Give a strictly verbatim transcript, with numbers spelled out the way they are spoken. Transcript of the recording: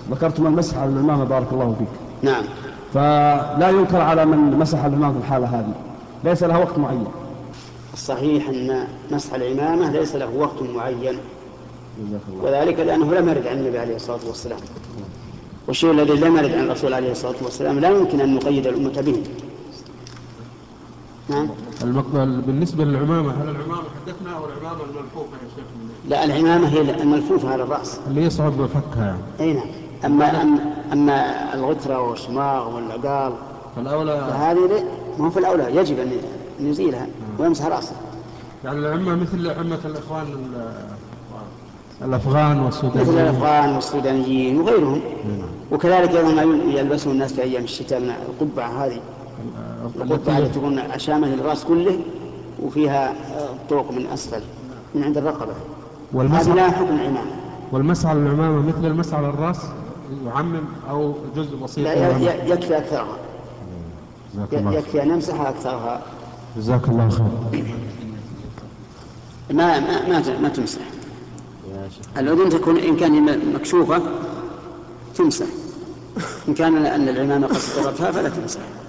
ذكرتم المسح على العمامة بارك الله فيك. نعم. فلا ينكر على من مسح العمامة في الحالة هذه، ليس له وقت معين. الصحيح أن مسح العمامة ليس له وقت معين، وذلك لأنه لم يرد عن النبي عليه الصلاة والسلام، والشيء الذي لم يرد عن الرسول عليه الصلاة والسلام لا يمكن أن نقيد الأمة به. نعم. بالنسبة للعمامة، هل العمامة حدثنا أو العمامة الملفوفة يا شيخ؟ لا، العمامة هي الملفوفة على الرأس اللي يصعب فكها يعني. أي نعم. أما أما أما الغترة والشماغ والعقال فالأولى فهذه ما هو في الأولى يجب أن يزيلها ويمسح رأسه. يعني العمة مثل عمة الإخوان الأفغان والسودانيين، مثل الأفغان والسودانيين وغيرهم. وكذلك أيضا ما يلبسه الناس في أيام الشتاء من القبعة هذه، القبعة التي تكون عشامة للرأس كله وفيها طوق من أسفل من عند الرقبة. هذه لا حكم العمامة. والمسح على العمامة مثل المسح على الرأس يعمم أو جزء بسيط؟ لا، يكفي أكثرها، يكفي أن يمسح أكثرها. جزاك الله خير. ما ما ما, ما تمسح. الأذن تكون إن كان مكشوفة تمسح، إن كان أن العمامة قد استغرتها فلا تمسح.